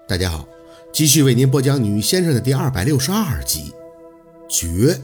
大家好，继续为您播讲《女先生》的第262集。绝。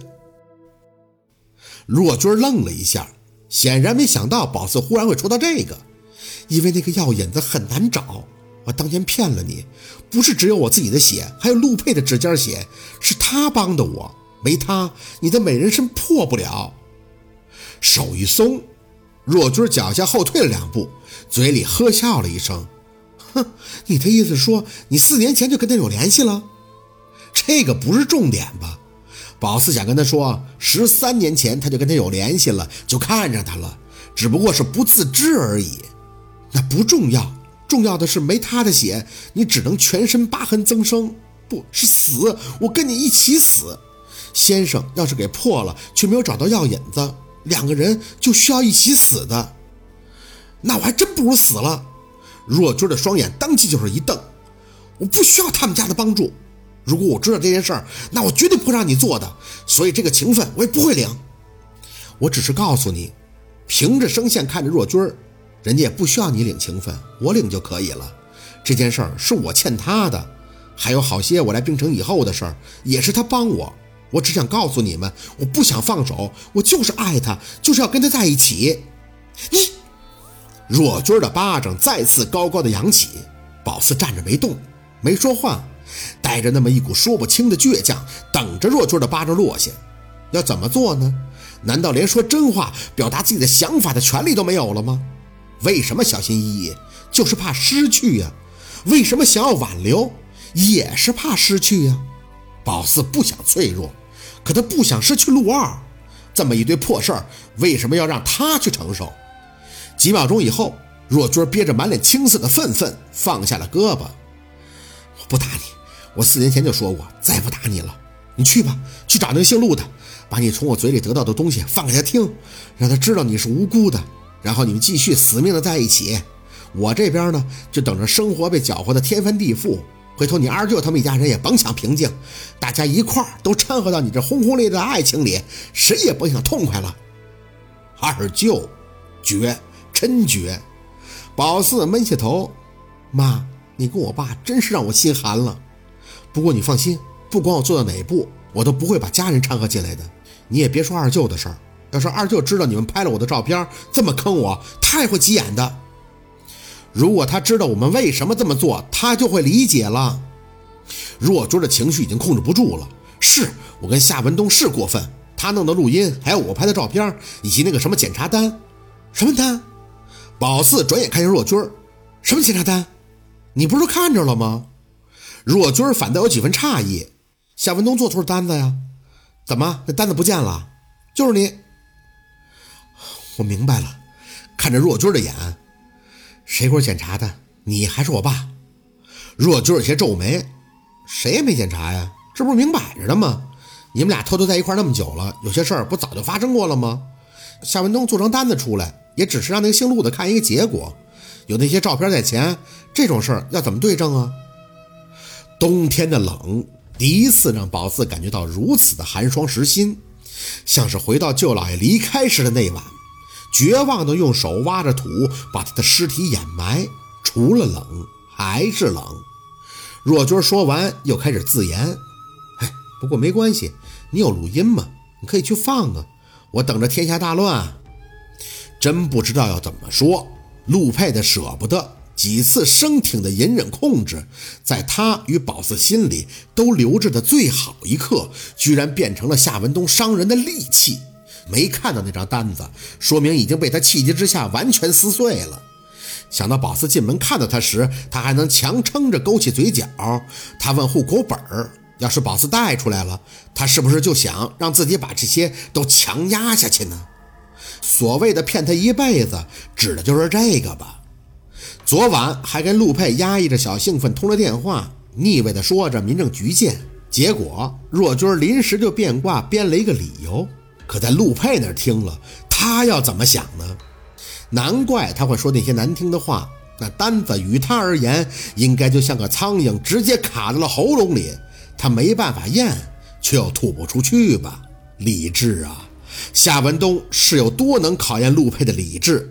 若君愣了一下，显然没想到宝四忽然会说到这个，因为那个药引子很难找。我当年骗了你，不是只有我自己的血，还有陆佩的指尖血，是他帮的我，没他，你的美人参破不了。手一松，若君脚下后退了2步，嘴里呵笑了一声。哼，你的意思说你4年前就跟他有联系了？这个不是重点吧？宝四想跟他说13年前他就跟他有联系了，就看上他了，只不过是不自知而已。那不重要，重要的是没他的血，你只能全身疤痕增生，不是死，我跟你一起死。先生要是给破了却没有找到药引子，2个人就需要一起死的。那我还真不如死了。若君的双眼当即就是一瞪，我不需要他们家的帮助，如果我知道这件事儿，那我绝对不会让你做的，所以这个情分我也不会领。我只是告诉你，凭着声线看着若君，人家也不需要你领情分，我领就可以了。这件事儿是我欠他的，还有好些我来冰城以后的事儿也是他帮我。我只想告诉你们，我不想放手，我就是爱他，就是要跟他在一起。你！若君的巴掌再次高高的扬起，宝四站着没动，没说话，带着那么一股说不清的倔强，等着若君的巴掌落下。要怎么做呢？难道连说真话表达自己的想法的权利都没有了吗？为什么小心翼翼？就是怕失去呀。为什么想要挽留？也是怕失去呀。宝四不想脆弱，可他不想失去陆二，这么一堆破事儿，为什么要让他去承受？几秒钟以后，若君憋着满脸青涩的愤愤放下了胳膊。我不打你，我4年前就说过再不打你了。你去吧，去找那个姓陆的，把你从我嘴里得到的东西放给他听，让他知道你是无辜的，然后你们继续死命的在一起。我这边呢，就等着生活被搅和的天翻地覆，回头你二舅他们一家人也甭想平静，大家一块儿都掺和到你这轰轰烈烈的爱情里，谁也甭想痛快了。二舅绝，真绝。宝四闷下头，妈，你跟我爸真是让我心寒了。不过你放心，不管我做到哪一步，我都不会把家人掺和进来的。你也别说二舅的事儿，要是二舅知道你们拍了我的照片，这么坑我，他也会急眼的。如果他知道我们为什么这么做，他就会理解了。若君的情绪已经控制不住了，是我跟夏文东是过分，他弄的录音，还有我拍的照片，以及那个什么检查单。什么单？宝四转眼看见若君，什么检查单？你不是都看着了吗？若君反倒有几分诧异，夏文东做出了单子呀？怎么，那单子不见了？就是你。我明白了，看着若君的眼，谁给我检查的？你还是我爸？若君有些皱眉，谁也没检查呀，这不是明摆着的吗？你们俩偷偷在一块那么久了，有些事儿不早就发生过了吗？夏文东做成单子出来，也只是让那个姓陆的看一个结果，有那些照片在前，这种事儿要怎么对证啊？冬天的冷第一次让宝四感觉到如此的寒霜实心，像是回到舅老爷离开时的那晚，绝望地用手挖着土把他的尸体掩埋，除了冷还是冷。若君说完又开始自言，不过没关系，你有录音吗？你可以去放啊，我等着天下大乱。真不知道要怎么说，陆佩的舍不得，几次生挺的隐忍控制，在他与宝四心里都留着的最好一刻，居然变成了夏文东伤人的利器。没看到那张单子，说明已经被他气急之下完全撕碎了。想到宝四进门看到他时，他还能强撑着勾起嘴角，他问户口本儿，要是宝四带出来了，他是不是就想让自己把这些都强压下去呢？所谓的骗他一辈子，指的就是这个吧。昨晚还跟陆佩压抑着小兴奋通了电话，腻味地说着民政局见，结果若君临时就变卦编了一个理由，可在陆佩那儿听了，他要怎么想呢？难怪他会说那些难听的话，那单子于他而言应该就像个苍蝇直接卡在了喉咙里，他没办法咽，却又吐不出去吧。理智啊，夏文东是有多能考验陆佩的理智。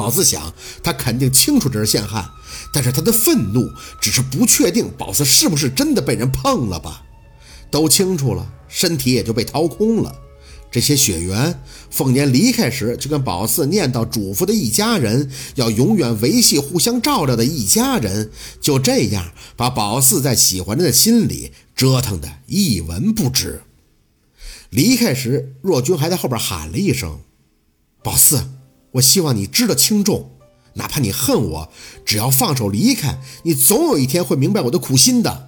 宝四想，他肯定清楚这是陷害，但是他的愤怒只是不确定宝四是不是真的被人碰了吧。都清楚了，身体也就被掏空了。这些血缘，凤年离开时就跟宝四念叨嘱咐的一家人，要永远维系互相照料的一家人，就这样把宝四在喜欢人的心里折腾得一文不值。离开时，若君还在后边喊了一声：宝四，我希望你知道轻重，哪怕你恨我，只要放手离开，你总有一天会明白我的苦心的。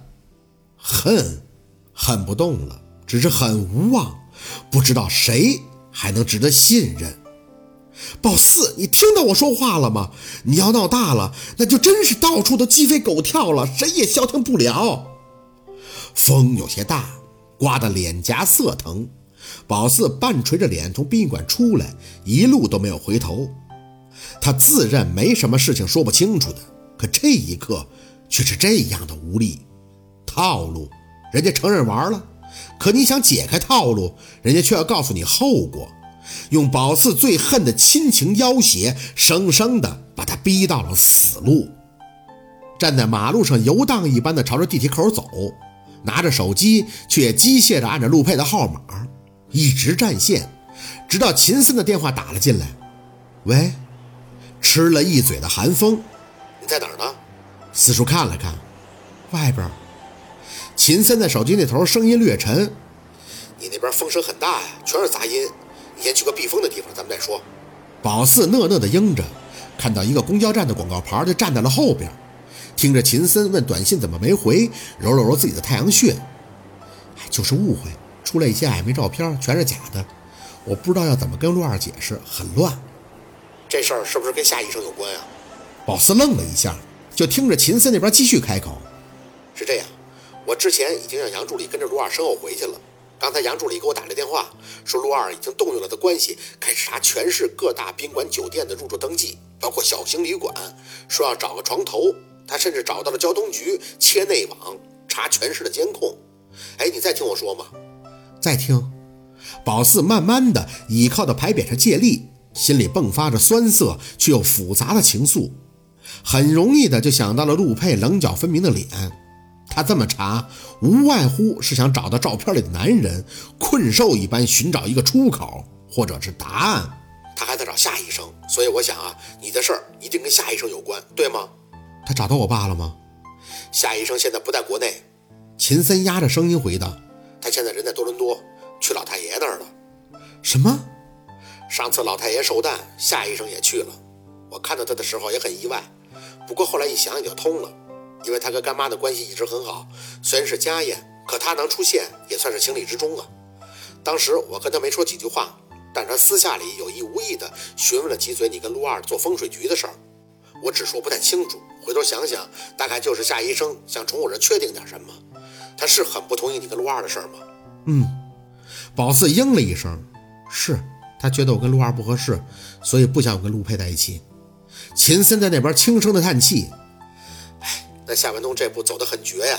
恨不动了，只是很无望，不知道谁还能值得信任。宝四，你听到我说话了吗？你要闹大了，那就真是到处都鸡飞狗跳了，谁也消停不了。风有些大，刮得脸颊涩疼。宝四半垂着脸从殡仪馆出来，一路都没有回头。他自认没什么事情说不清楚的，可这一刻却是这样的无力。套路人家承认玩了，可你想解开套路，人家却要告诉你后果，用宝四最恨的亲情要挟，生生的把他逼到了死路。站在马路上游荡一般的朝着地铁口走，拿着手机却也机械地按着陆佩的号码，一直占线，直到秦森的电话打了进来。喂，吃了一嘴的寒风，你在哪儿呢？四处看了看，外边。秦森在手机那头声音略沉，你那边风声很大呀，全是杂音，你先去个避风的地方，咱们再说。宝四讷讷地应着，看到一个公交站的广告牌就站在了后边，听着秦森问短信怎么没回，揉了揉自己的太阳穴。就是误会，出来一些暧昧照片，全是假的，我不知道要怎么跟陆二解释，很乱。这事儿是不是跟夏医生有关啊？宝四愣了一下，就听着秦森那边继续开口。是这样，我之前已经让杨助理跟着陆二身后回去了，刚才杨助理给我打了电话，说陆二已经动用了他关系，开始查全市各大宾馆酒店的入住登记，包括小型旅馆，说要找个床头，他甚至找到了交通局，切内网查全市的监控。你再听我说嘛。再听。宝四慢慢的倚靠着牌匾上借力，心里迸发着酸涩却又复杂的情愫，很容易的就想到了陆佩棱角分明的脸。他这么查，无外乎是想找到照片里的男人，困兽一般寻找一个出口或者是答案。他还在找夏医生，所以我想你的事儿一定跟夏医生有关，对吗？他找到我爸了吗？夏医生现在不在国内。秦森压着声音回答，他现在人在多伦多，去老太爷那儿了。什么？上次老太爷寿诞，夏医生也去了，我看到他的时候也很意外，不过后来一想也就通了，因为他跟干妈的关系一直很好，虽然是家宴，可他能出现也算是情理之中啊。当时我跟他没说几句话，但是他私下里有意无意的询问了几嘴你跟陆二做风水局的事儿，我只说不太清楚，回头想想大概就是夏医生想从我这确定点什么。他是很不同意你跟陆二的事儿吗？宝四应了一声，是，他觉得我跟陆二不合适，所以不想跟陆佩在一起。秦森在那边轻声的叹气，那夏文东这步走得很绝呀。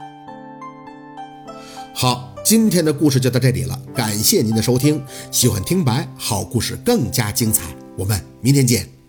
好，今天的故事就到这里了，感谢您的收听，喜欢听白，好故事更加精彩，我们明天见。